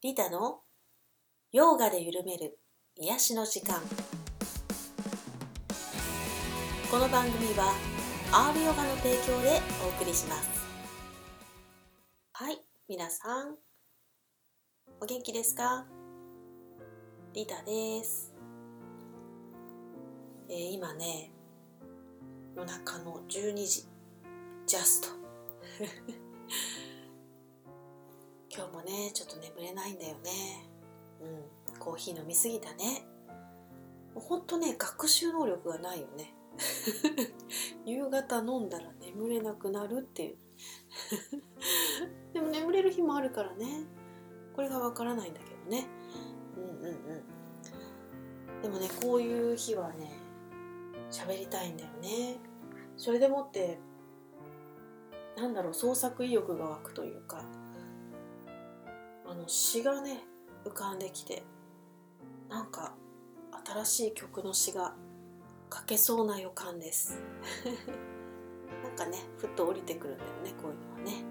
リタのヨーガで緩める癒しの時間。この番組は R ヨガの提供でお送りします。はい、皆さんお元気ですか？リタです。今ね、夜中の12時ジャスト今日もねちょっと眠れないんだよね。コーヒー飲みすぎたね。もうほんとね、学習能力がないよね夕方飲んだら眠れなくなるっていうでも眠れる日もあるからね、これがわからないんだけどね。でもね、こういう日はね喋りたいんだよね。それでもって創作意欲が湧くというか、詩がね浮かんできて、なんか新しい曲の詩が書けそうな予感ですなんかね、ふっと降りてくるんだよね、こういうのはね。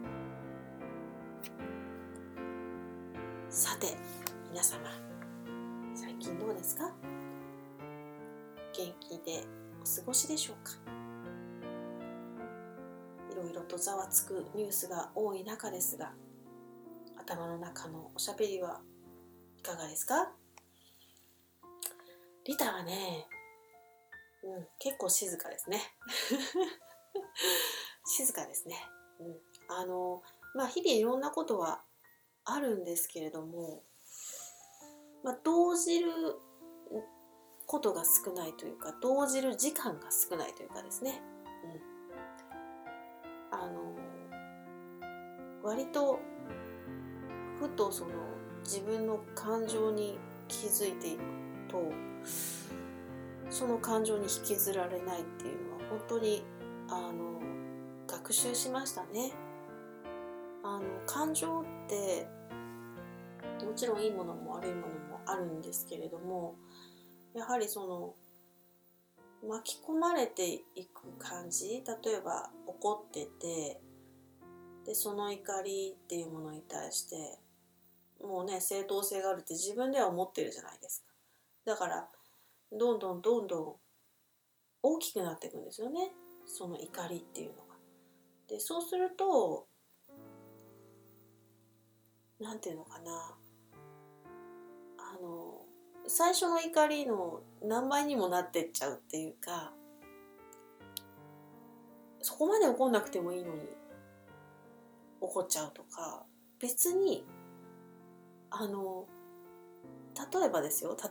さて皆様、最近どうですか？元気でお過ごしでしょうか？いろいろとざわつくニュースが多い中ですが、頭の中のおしゃべりはいかがですか？リタはね、結構静かですね静かですね。日々いろんなことはあるんですけれども、動じることが少ないというか、動じる時間が少ないというかですね。割とふと自分の感情に気づいていくと、その感情に引きずられないっていうのは本当に学習しましたね。感情ってもちろんいいものも悪いものもあるんですけれども、やはり巻き込まれていく感じ。例えば怒ってて、でその怒りっていうものに対してもうね、正当性があるって自分では思ってるじゃないですか。だからどんどん大きくなっていくんですよね、その怒りっていうのが。でそうするとなんていうのかな、最初の怒りの何倍にもなってっちゃうっていうか、そこまで怒んなくてもいいのに怒っちゃうとか、別に例えばですよ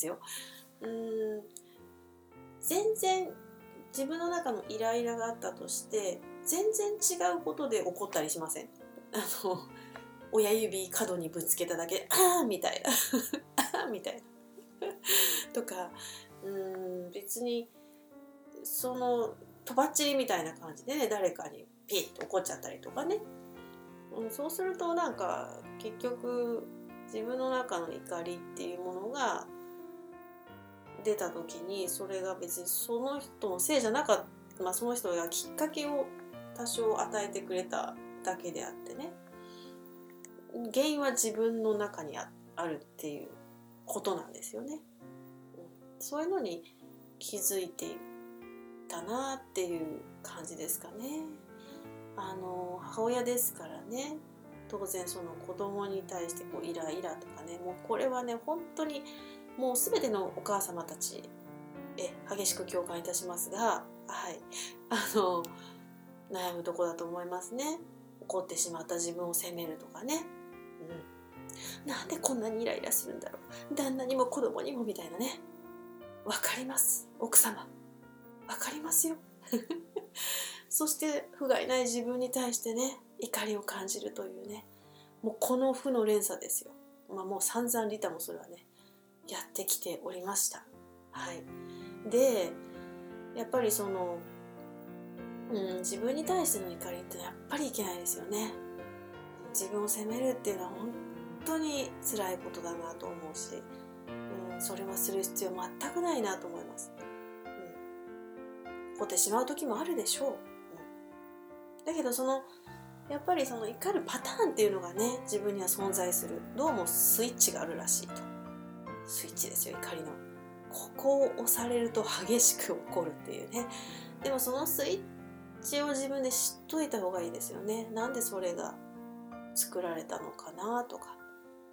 全然自分の中のイライラがあったとして、全然違うことで怒ったりしません？親指角にぶつけただけであーみたいなあーみたいなとか、別にとばっちりみたいな感じでね、誰かにピッと怒っちゃったりとかね。そうすると結局自分の中の怒りっていうものが出た時に、それが別にその人のせいじゃなかった、その人がきっかけを多少与えてくれただけであってね、原因は自分の中にあるっていうことなんですよね。そういうのに気づいていったなっていう感じですかね。母親ですからね、当然子供に対してイライラとかね、もうこれはね本当にもう全てのお母様たち激しく共感いたしますが、悩むとこだと思いますね。怒ってしまった自分を責めるとかね、なんでこんなにイライラするんだろう、旦那にも子供にもみたいなね。わかります、奥様、わかりますよそして不甲斐ない自分に対してね、怒りを感じるというね、もうこの負の連鎖ですよ。もう散々リタもそれはねやってきておりました。でやっぱり自分に対しての怒りってやっぱりいけないですよね。自分を責めるっていうのは本当に辛いことだなと思うし、それはする必要全くないなと思います。怒ってしまう時もあるでしょう。だけどやっぱりその怒るパターンっていうのがね、自分には存在する。どうもスイッチがあるらしいと。スイッチですよ、怒りの。ここを押されると激しく怒るっていうね。でもそのスイッチを自分で知っといた方がいいですよね。なんでそれが作られたのかなとか。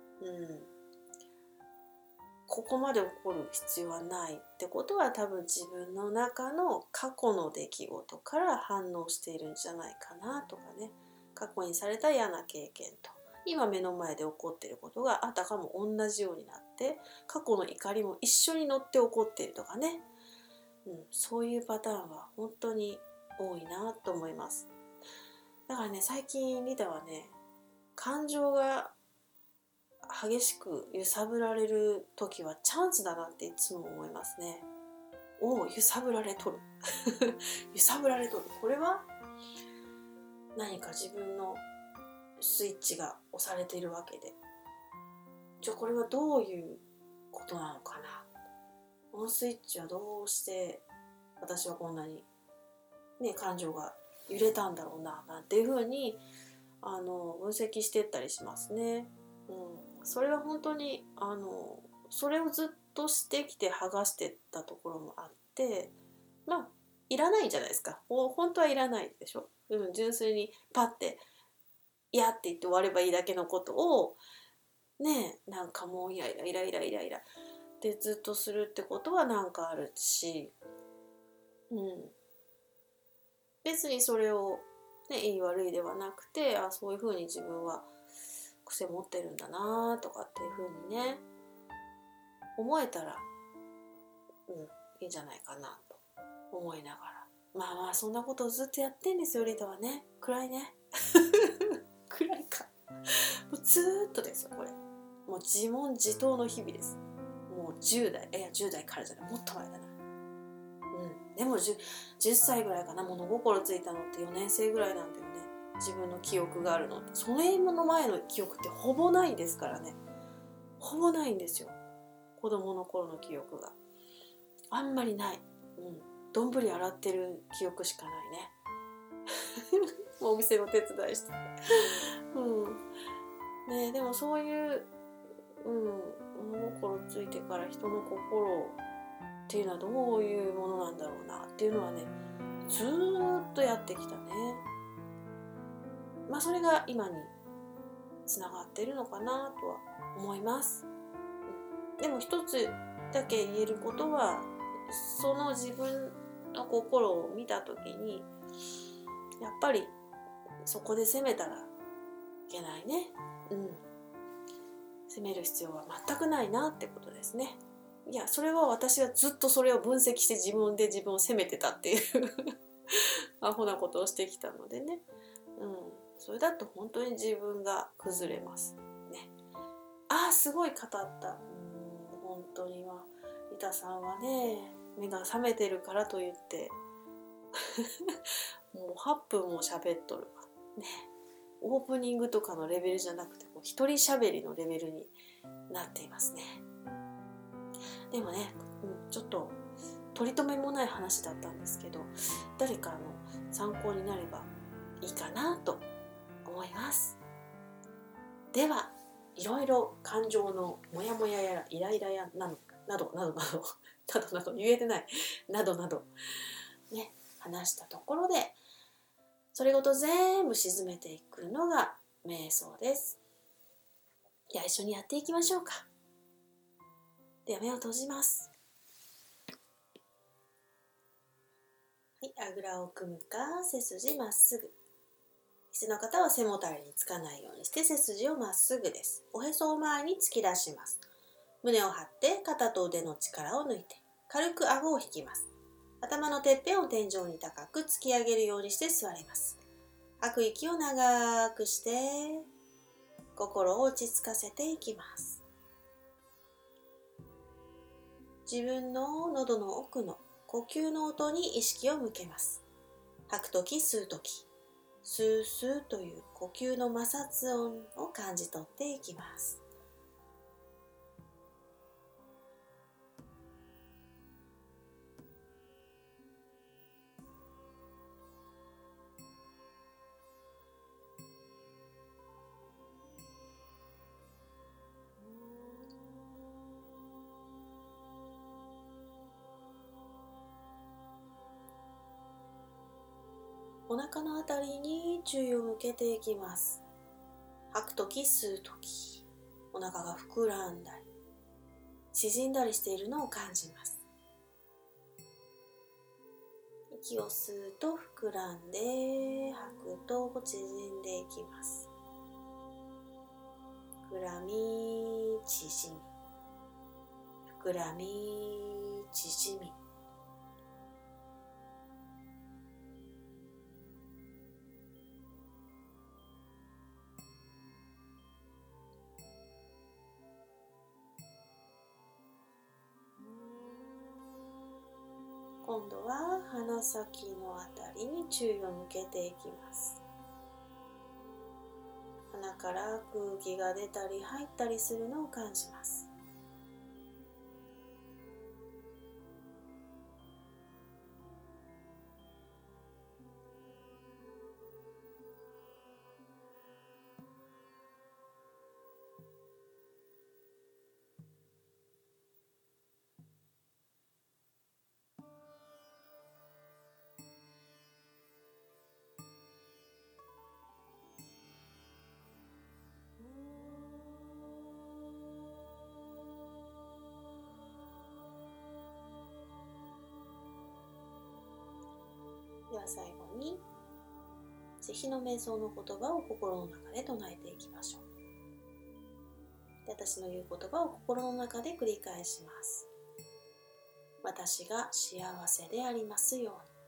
ここまで起こる必要はないってことは、多分自分の中の過去の出来事から反応しているんじゃないかなとかね。過去にされた嫌な経験と今目の前で起こっていることがあたかも同じようになって、過去の怒りも一緒に乗って起こっているとかね、そういうパターンは本当に多いなと思います。だからね、最近リタはね、感情が激しく揺さぶられる時はチャンスだなっていつも思いますね。おお、揺さぶられとる揺さぶられとる。これは何か自分のスイッチが押されているわけで、じゃあこれはどういうことなのかな。このスイッチはどうして私はこんなにね、感情が揺れたんだろうな、なんていうふうに分析していったりしますね。それは本当にそれをずっとしてきて剥がしてったところもあって、いらないじゃないですか。本当はいらないでしょ。純粋にパッて嫌って言って終わればいいだけのことをね、なんかもうイライラってずっとするってことはなんかあるし、別にそれをね、いい悪いではなくて、そういうふうに自分は癖持ってるんだなとかっていうふうにね、思えたらいいんじゃないかなと思いながら、そんなことをずっとやってんですよ、リタはね。暗いね暗いかもうずーっとですよ、これ。もう自問自答の日々です。もう10代からじゃない、もっと前だな。でも 10歳ぐらいかな。物心ついたのって4年生ぐらいなんだよね。自分の記憶があるのって。それの前の記憶ってほぼないですからね。ほぼないんですよ。子供の頃の記憶が。あんまりない。どんぶり洗ってる記憶しかないね。お店の手伝いして。でもそういう、物心ついてから人の心っていうのはどういうものなんだろうなっていうのはね、ずーっとやってきたね。それが今につながっているのかなとは思います。でも一つだけ言えることは、その自分の心を見た時に、やっぱりそこで責めたらいけないね。責める必要は全くないなってことですね。いや、それは私はずっとそれを分析して自分で自分を責めてたっていうアホなことをしてきたのでね。それだと本当に自分が崩れますね。すごい語った。本当にリタさんはね、目が覚めてるからといってもう8分も喋っとるわね。オープニングとかのレベルじゃなくて、一人喋りのレベルになっていますね。でもね、ちょっと取り留めもない話だったんですけど、誰かの参考になればいいかなと思います。では、いろいろ感情のモヤモヤやらイライラやなど言えてないなどなどね、話したところで、それごと全部沈めていくのが瞑想です。じゃあ一緒にやっていきましょうか。では目を閉じます。はい、あぐらを組むか、背筋まっすぐ。椅子の方は背もたれにつかないようにして背筋をまっすぐです。おへそを前に突き出します。胸を張って肩と腕の力を抜いて軽く顎を引きます。頭のてっぺんを天井に高く突き上げるようにして座ります。吐く息を長くして心を落ち着かせていきます。自分の喉の奥の呼吸の音に意識を向けます。吐くとき吸うとき、スースーという呼吸の摩擦音を感じ取っていきます。 お腹のあたりに注意を向けていきます。吐くとき吸うとき、お腹が膨らんだり縮んだりしているのを感じます。息を吸うと膨らんで、吐くと縮んでいきます。膨らみ、縮み、膨らみ、縮み。今度は鼻先のあたりに注意を向けていきます。鼻から空気が出たり入ったりするのを感じます。では最後に慈悲の瞑想の言葉を心の中で唱えていきましょう。で、私の言う言葉を心の中で繰り返します。私が幸せでありますように。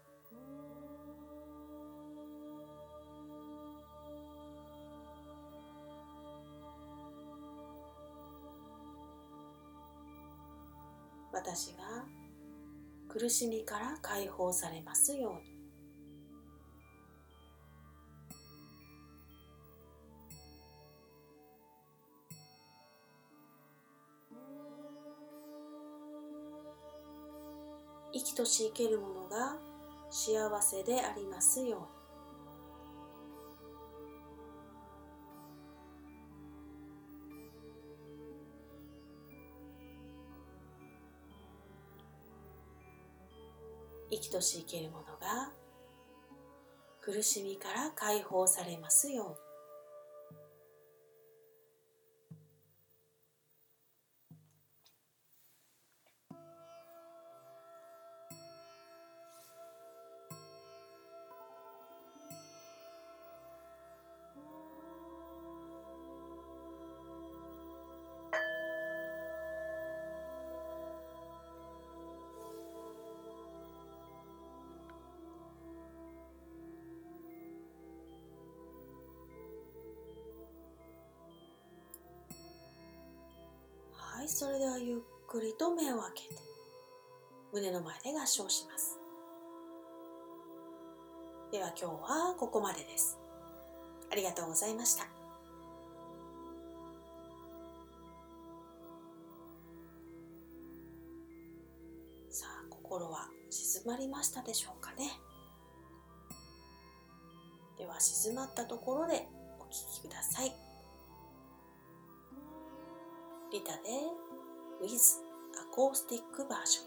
私が苦しみから解放されますように。生きとし生けるものが幸せでありますように。生きとし生けるものが苦しみから解放されますように。はい、それではゆっくりと目を開けて胸の前で合掌します。では今日はここまでです。ありがとうございました。さあ、心は静まりましたでしょうかね。では静まったところでお聞きください。リタで With Acoustic Version。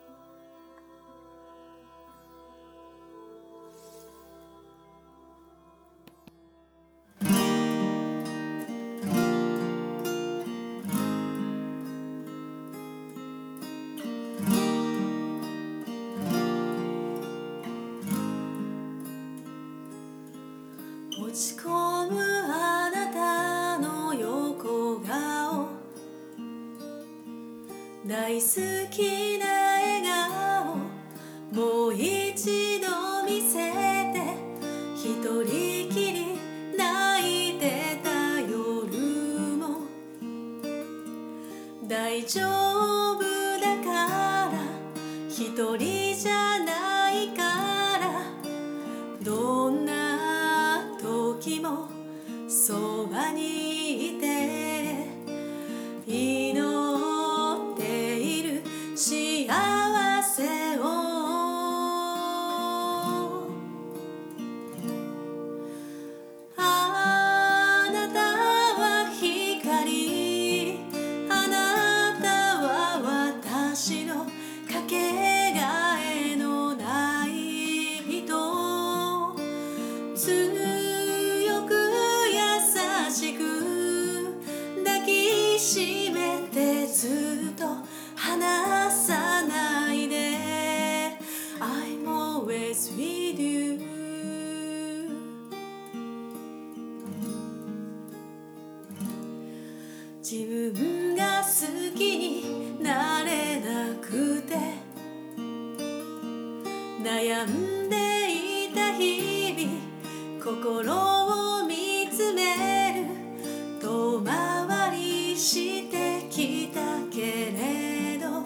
落ち込むあなたの横顔、大好きな笑顔、もう一度見せて。一人きり泣いてた夜も大丈夫だから、一人じゃないから、どんな時もそばにいて、祈っている幸せを。あなたは光、あなたは私のかけがえのずっと離さないで I'm always with you 自分が好きになれなくて悩んでいた日々心を見つめる遠回りしてきたけれど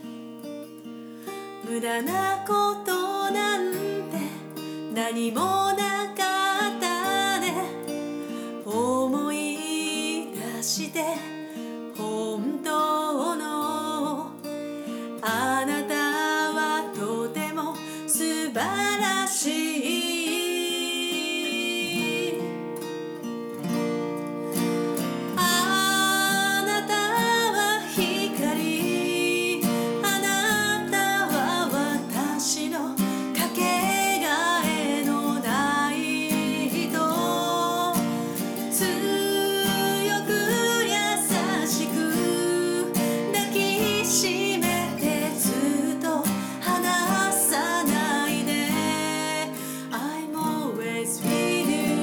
無駄なことなんて何もなかったね思い出して本当のあなたはとても素晴らしいあなたは光あなたは私のかけがえのない人強く優しく抱きしめてずっと離さないで I'm always with you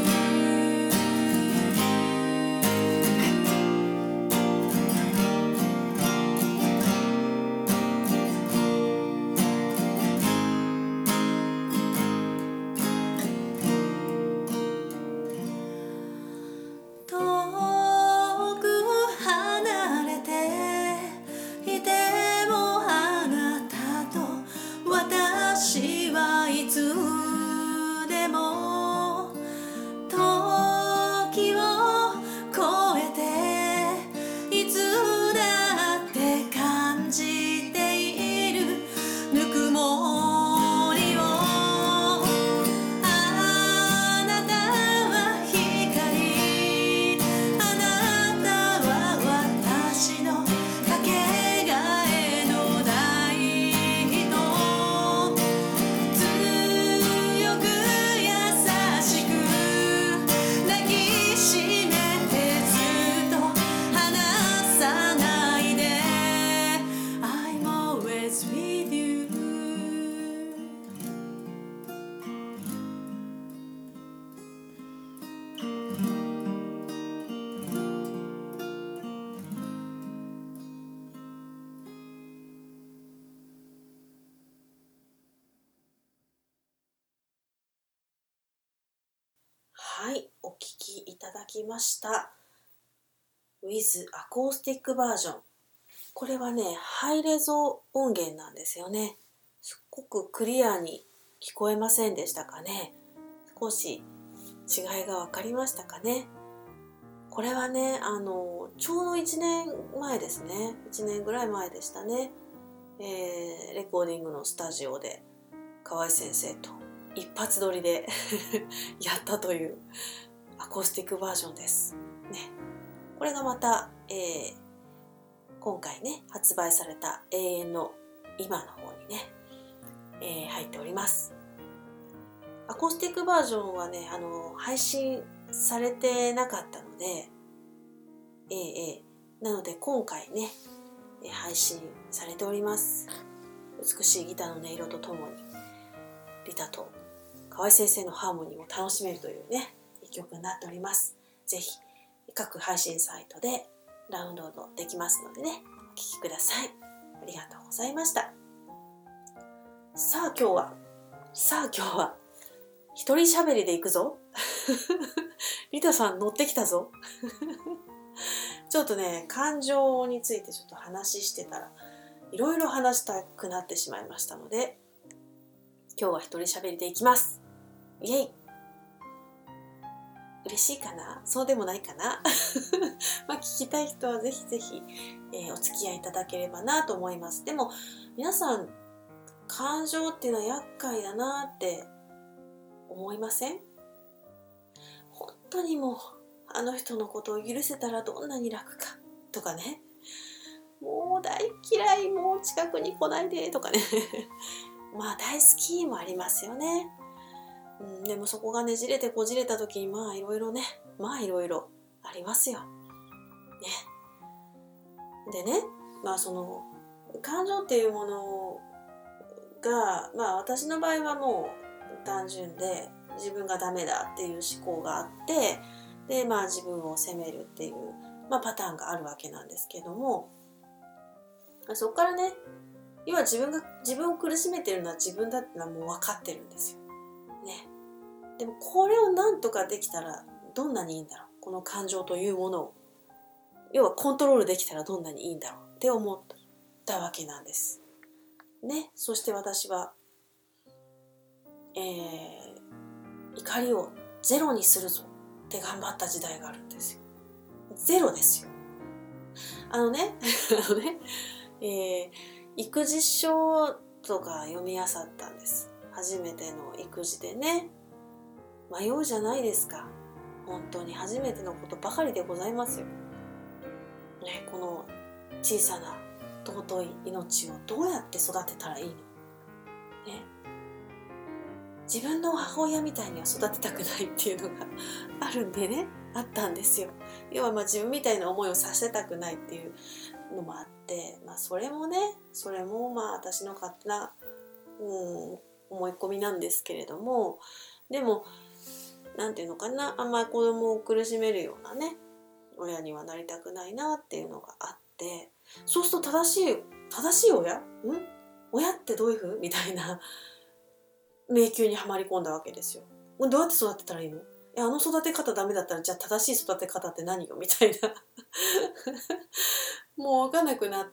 遠く離れていてもあなたと私はいつでも時を超えていつだって感じているぬくもりをあなたは光あなたは私のかけがえのない人強く優しく抱きしめてずっと離さないで I'm always with you はい、お聴きいただきました With アコースティックバージョン。これはね、ハイレゾ音源なんですよね。すっごくクリアに聞こえませんでしたかね。少し違いが分かりましたかね。これはね、ちょうど1年前ですね。1年ぐらい前でしたね。レコーディングのスタジオで河合先生と一発撮りでやったというアコースティックバージョンです。ね、これがまた、今回ね発売された永遠の今の方にね、入っております。アコースティックバージョンはね配信されてなかったので、なので今回ね配信されております。美しいギターの音色とともにリタと河合先生のハーモニーも楽しめるというね一曲になっております。ぜひ各配信サイトでダウンロードできますのでねお聴きください。ありがとうございました。さあ今日は一人喋りでいくぞリタさん乗ってきたぞちょっとね感情についてちょっと話してたらいろいろ話したくなってしまいましたので今日は一人喋りでいきます。イエイ。嬉しいかな？そうでもないかなまあ聞きたい人はぜひぜひ、お付き合いいただければなと思います。でも皆さん感情っていうのは厄介だなって思いません？本当にもうあの人のことを許せたらどんなに楽かとかね、もう大嫌い、もう近くに来ないでとかねまあ大好きもありますよね。でもそこがねじれてこじれた時にまあいろいろありますよ。ね。でね、 その感情っていうものが、私の場合はもう単純で自分がダメだっていう思考があって、で自分を責めるっていう、パターンがあるわけなんですけども、そこからね、要は自分を苦しめてるのは自分だってのはもう分かってるんですよ。ね。でもこれをなんとかできたらどんなにいいんだろう。この感情というものを、要はコントロールできたらどんなにいいんだろうって思ったわけなんです。ね。そして私は、怒りをゼロにするぞって頑張った時代があるんですよ。ゼロですよ。育児書とか読み漁ったんです。初めての育児でね、迷うじゃないですか。本当に初めてのことばかりでございますよ。ね、この小さな尊い命をどうやって育てたらいいの？ね、自分の母親みたいには育てたくないっていうのがあるんでね、あったんですよ。要は自分みたいな思いをさせたくないっていうのもあって、それも私の勝手な、思い込みなんですけれども、でもなんていうのかな、あんまり子供を苦しめるようなね親にはなりたくないなっていうのがあって、そうすると正しい親ってどういう風みたいな迷宮にはまり込んだわけですよ。どうやって育てたらいいの？あの育て方ダメだったらじゃあ正しい育て方って何よみたいなもう分かんなくなって、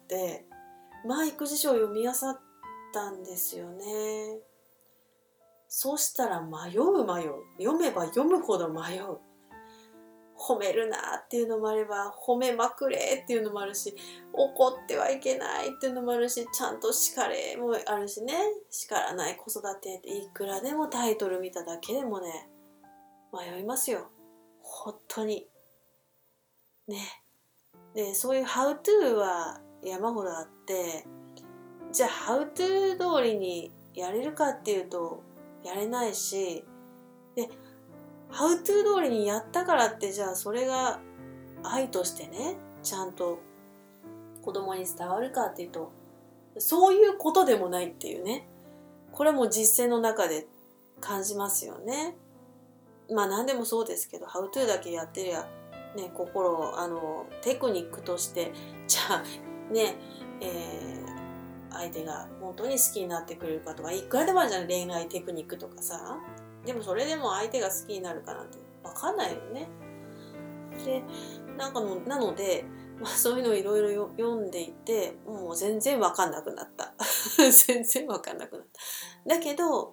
育児書を読み漁ったんですよね。そうしたら迷う、読めば読むほど迷う。褒めるなっていうのもあれば、褒めまくれっていうのもあるし、怒ってはいけないっていうのもあるし、ちゃんと叱れもあるしね、叱らない子育てっていくらでもタイトル見ただけでもね、迷いますよ。本当に。ね。で、そういう How to は山ほどあって、じゃあ How to 通りにやれるかっていうと、やれないし、で、How to 通りにやったからってじゃあそれが愛としてねちゃんと子供に伝わるかっていうとそういうことでもないっていうね、これも実践の中で感じますよね。何でもそうですけど How to だけやってりゃね、テクニックとしてじゃあね、相手が本当に好きになってくれるかとかいくらでもあるじゃん、恋愛テクニックとかさ。でもそれでも相手が好きになるかなんて分かんないよね。でなので、そういうのをいろいろ読んでいてもう全然分かんなくなった全然分かんなくなった。だけど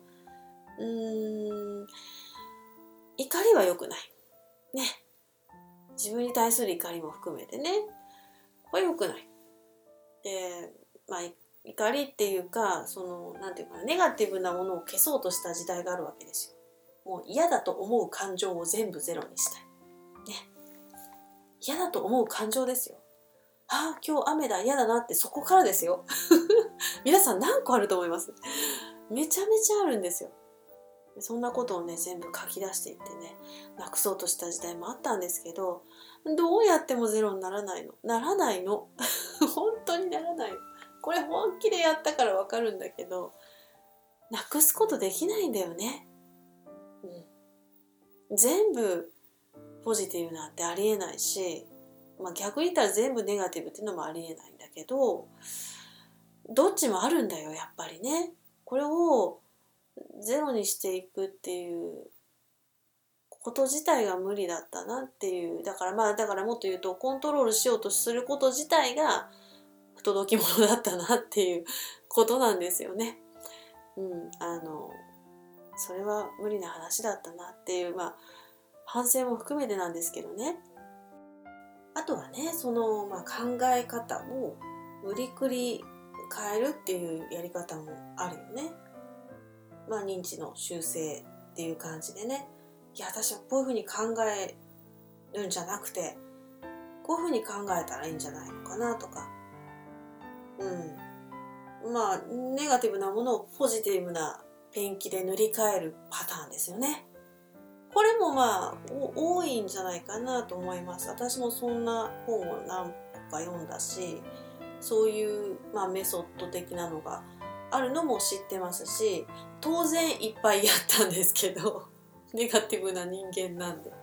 怒りは良くないね。自分に対する怒りも含めてね、これ良くない。で怒りっていうかなんていうかな、ネガティブなものを消そうとした時代があるわけですよ。もう嫌だと思う感情を全部ゼロにしたい。ね。嫌だと思う感情ですよ。今日雨だ、嫌だなってそこからですよ。皆さん何個あると思います？めちゃめちゃあるんですよ。そんなことをね、全部書き出していってね、なくそうとした時代もあったんですけど、どうやってもゼロにならないの。ならないの。本当にならないの。これ本気でやったからわかるんだけど、なくすことできないんだよね。全部ポジティブなんてありえないし、逆に言ったら全部ネガティブっていうのもありえないんだけど、どっちもあるんだよやっぱりね。これをゼロにしていくっていうこと自体が無理だったなっていう。だからもっと言うとコントロールしようとすること自体が不届き者だったなっていうことなんですよね。それは無理な話だったなっていう反省も含めてなんですけどね。あとはね、考え方を無理くり変えるっていうやり方もあるよね。認知の修正っていう感じでね、いや私はこういうふうに考えるんじゃなくてこういうふうに考えたらいいんじゃないのかなとか、ネガティブなものをポジティブなペンキで塗り替えるパターンですよね。これも多いんじゃないかなと思います。私もそんな本を何個か読んだし、 そういう、メソッド的なのがあるのも知ってますし、当然いっぱいやったんですけどネガティブな人間なんで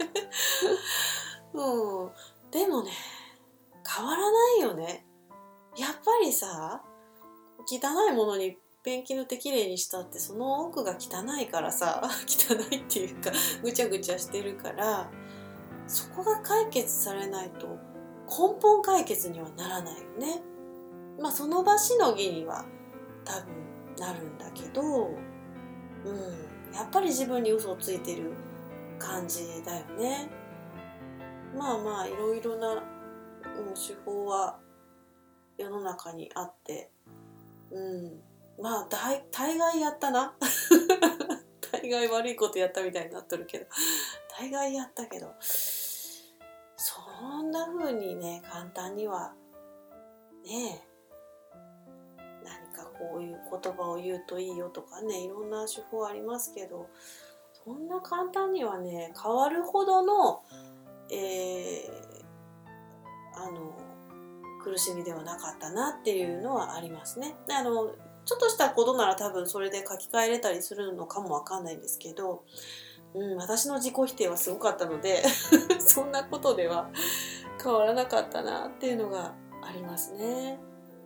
うん、でもね変わらないよね。やっぱりさ、汚いものにペンキ塗ってきれいにしたってその奥が汚いからさ汚いっていうかぐちゃぐちゃしてるから、そこが解決されないと根本解決にはならないよね。その場しのぎには多分なるんだけど、やっぱり自分に嘘をついてる感じだよね。いろいろな、手法は世の中にあって、大概やったな大概悪いことやったみたいになっとるけど大概やったけど、そんな風にね簡単にはね、何かこういう言葉を言うといいよとかね、いろんな手法ありますけど、そんな簡単にはね変わるほどの、苦しみではなかったなっていうのはありますね。でちょっとしたことなら多分それで書き換えれたりするのかもわかんないんですけど、私の自己否定はすごかったのでそんなことでは変わらなかったなっていうのがありますね。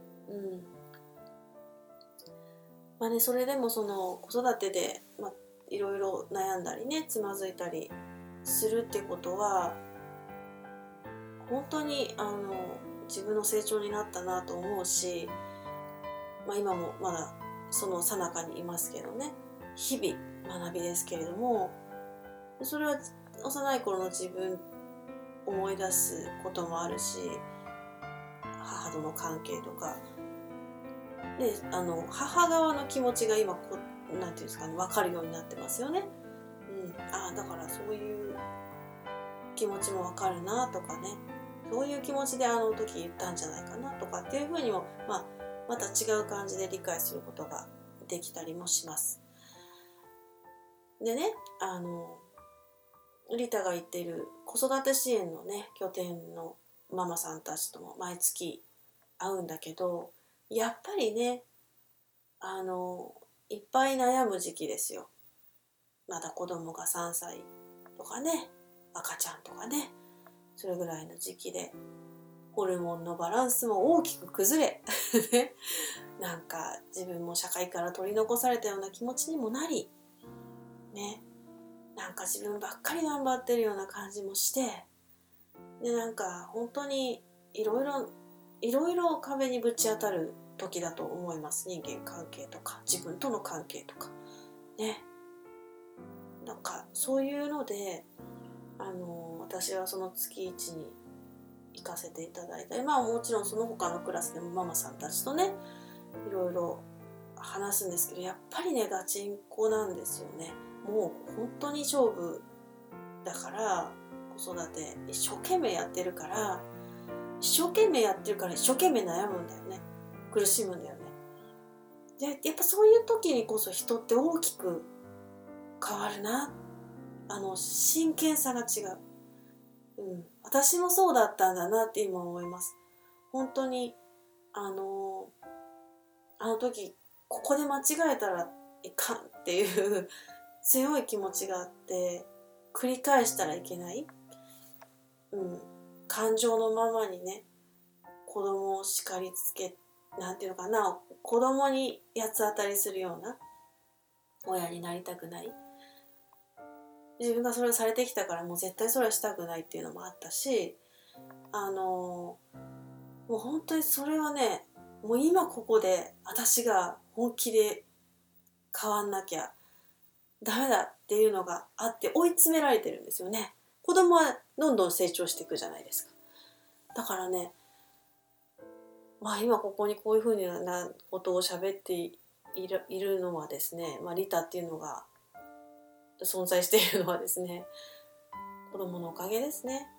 それでもその子育てで、いろいろ悩んだりね、つまずいたりするってことは本当に自分の成長になったなと思うし、今もまだその最中にいますけどね、日々学びですけれども、それは幼い頃の自分思い出すこともあるし、母との関係とかで母側の気持ちが今なんていうんですかね、分かるようになってますよね。だからそういう気持ちも分かるなとかね、そういう気持ちであの時言ったんじゃないかなとかっていうふうにも、また違う感じで理解することができたりもします。でね、リタが言っている子育て支援のね拠点のママさんたちとも毎月会うんだけど、やっぱりねいっぱい悩む時期ですよ。まだ子供が3歳とかね、赤ちゃんとかね、それぐらいの時期でホルモンのバランスも大きく崩れね、なんか自分も社会から取り残されたような気持ちにもなりね、なんか自分ばっかり頑張ってるような感じもして、でなんか本当にいろいろ壁にぶち当たる時だと思います。人間関係とか自分との関係とかね、なんかそういうので私はその月1に行かせていただいたり、もちろんその他のクラスでもママさんたちとねいろいろ話すんですけど、やっぱりねガチンコなんですよね。もう本当に勝負だから、子育て一生懸命やってるから一生懸命悩むんだよね、苦しむんだよね。でやっぱそういう時にこそ人って大きく変わるな、真剣さが違う。私もそうだったんだなって今思います。本当にあの時ここで間違えたらいかんっていう強い気持ちがあって、繰り返したらいけない、感情のままにね子供を叱りつけ、なんていうのかな、子供に八つ当たりするような親になりたくない。自分がそれをされてきたからもう絶対それはしたくないっていうのもあったし、もう本当にそれはね、もう今ここで私が本気で変わんなきゃダメだっていうのがあって追い詰められてるんですよね。子供はどんどん成長していくじゃないですか。だからね、今ここにこういうふうなことを喋っているのはですね、リタっていうのが存在しているのはですね、子供のおかげですね。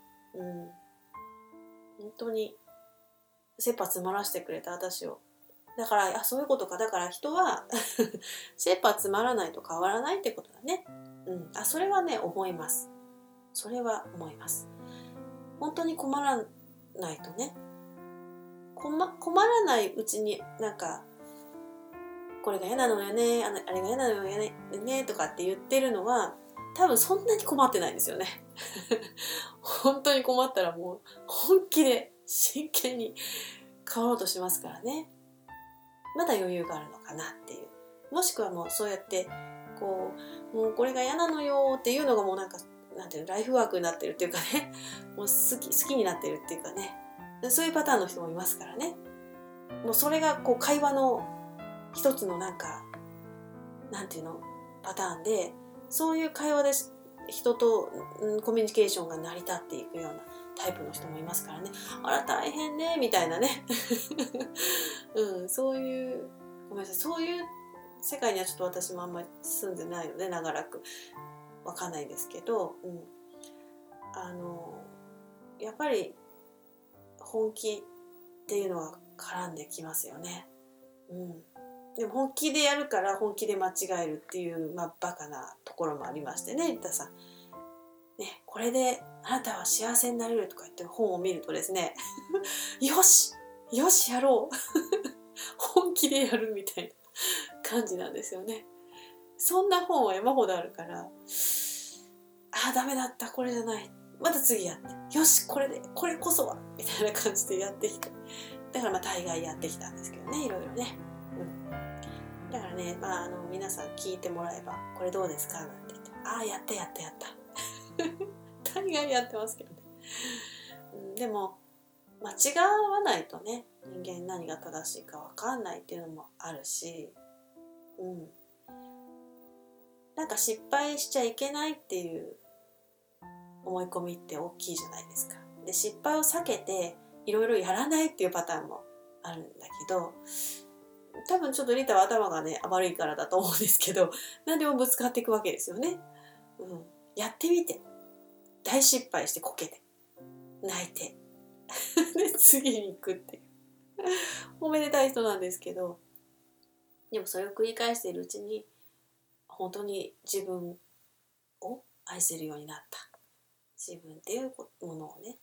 本当に切羽詰まらしてくれた私を。だからそういうことか。だから人は切羽詰まらないと変わらないってことだね。それはね思います。それは思います。本当に困らないとね、 困らないうちになんかこれが嫌なのよね、あれが嫌なのよねとかって言ってるのは多分そんなに困ってないんですよね。本当に困ったらもう本気で真剣に変わろうとしますからね。まだ余裕があるのかなっていう。もしくはもうそうやってこうもうこれが嫌なのよっていうのがもうなんていうのライフワークになってるっていうかね、もう好きになってるっていうかね、そういうパターンの人もいますからね。もうそれがこう会話の一つのなんていうのパターンで、そういう会話で人と、コミュニケーションが成り立っていくようなタイプの人もいますからね。あら大変ねみたいなね、そういうごめんなさい、そういう世界にはちょっと私もあんまり住んでないので長らくわかんないんですけど、やっぱり本気っていうのは絡んできますよね。でも本気でやるから本気で間違えるっていう、バカなところもありましてね、リタさん。ね、これであなたは幸せになれるとか言って本を見るとですね、よしやろう本気でやるみたいな感じなんですよね。そんな本は山ほどあるから、ダメだった、これじゃない、また次やって、よしこれこそはみたいな感じでやってきて、だから大概やってきたんですけどね、いろいろね。だからね、皆さん聞いてもらえばこれどうですかなんて言って、やった大概やってますけどね。でも間違わないとね、人間何が正しいか分かんないっていうのもあるし、なんか失敗しちゃいけないっていう思い込みって大きいじゃないですか。で失敗を避けていろいろやらないっていうパターンもあるんだけど、多分ちょっとリタは頭がね悪いからだと思うんですけど、何でもぶつかっていくわけですよね。やってみて大失敗してこけて泣いてで次に行くっていうおめでたい人なんですけど、でもそれを繰り返しているうちに本当に自分を愛せるようになった。自分っていうものをね、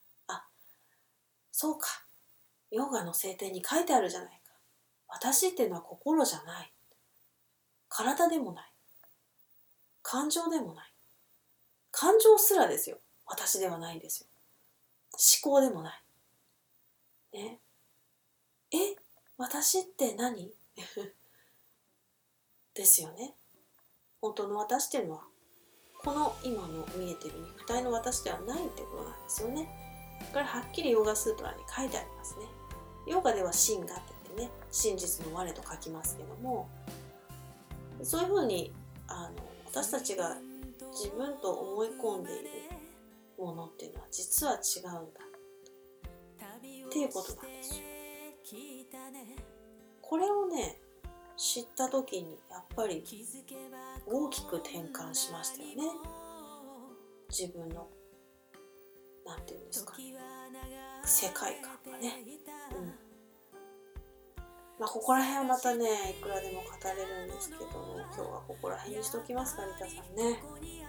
そうか、ヨガの聖典に書いてあるじゃないか、私っていうのは心じゃない、体でもない、感情でもない、感情すらですよ、私ではないんですよ、思考でもないね。私って何ですよね。本当の私っていうのはこの今の見えてる肉体の私ではないってことなんですよね。これはっきりヨガスートラに書いてありますね。ヨガでは真我って言ってね、真実の我と書きますけども、そういうふうに私たちが自分と思い込んでいるものっていうのは実は違うんだっていうことなんですよ。これをね知った時にやっぱり大きく転換しましたよね。自分のなんていうんですかね、世界観がね。ここら辺はまたねいくらでも語れるんですけども、今日はここら辺にしときますか、リタさんね。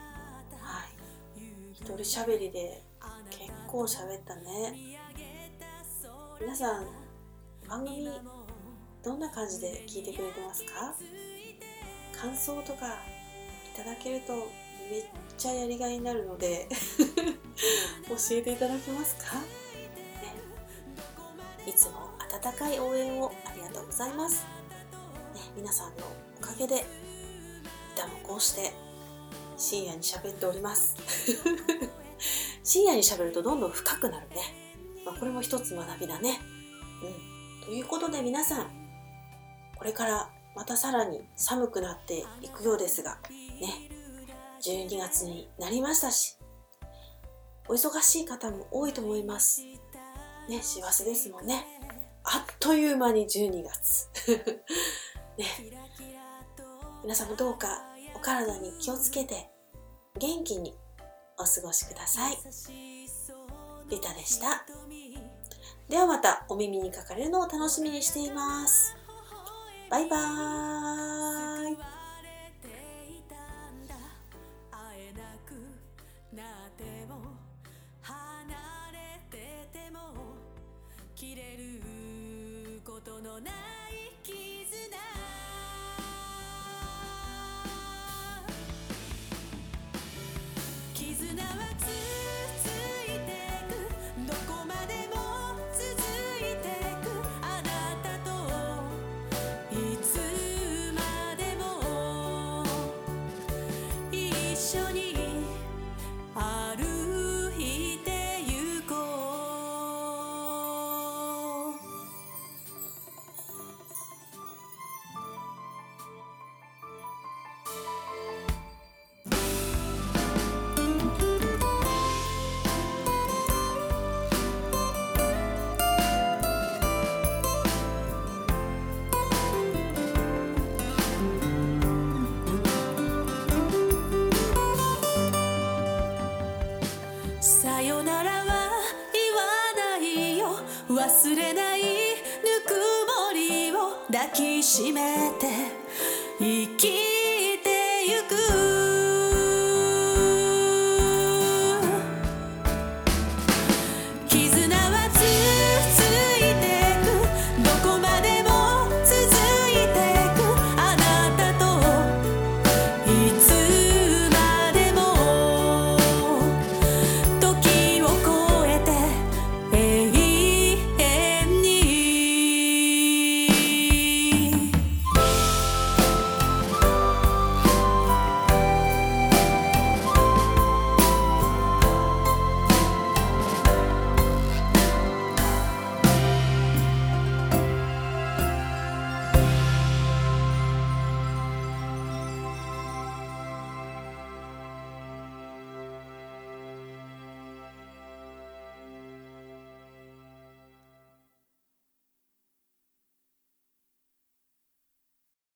一人喋りで結構喋ったね。皆さん番組どんな感じで聞いてくれてますか？感想とかいただけるとめっちゃやりがいになるので教えていただけますか、いつも温かい応援をありがとうございます、皆さんのおかげで歌もこうして深夜に喋っております深夜に喋るとどんどん深くなるね、これも一つ学びだね。ということで皆さん、これからまたさらに寒くなっていくようですがね、12月になりましたし、お忙しい方も多いと思いますね。師走ですもんね。あっという間に12月ね、皆さんもどうかお体に気をつけて元気にお過ごしください。リタでした。ではまたお耳にかかれるのを楽しみにしています。バイバーイ。離れてても切れるのない絆絆はついてくどこまでも続いてくあなたといつまでも一緒に歩いてゆこうさよならは言わないよ忘れないぬくもりを抱きしめて生きてゆく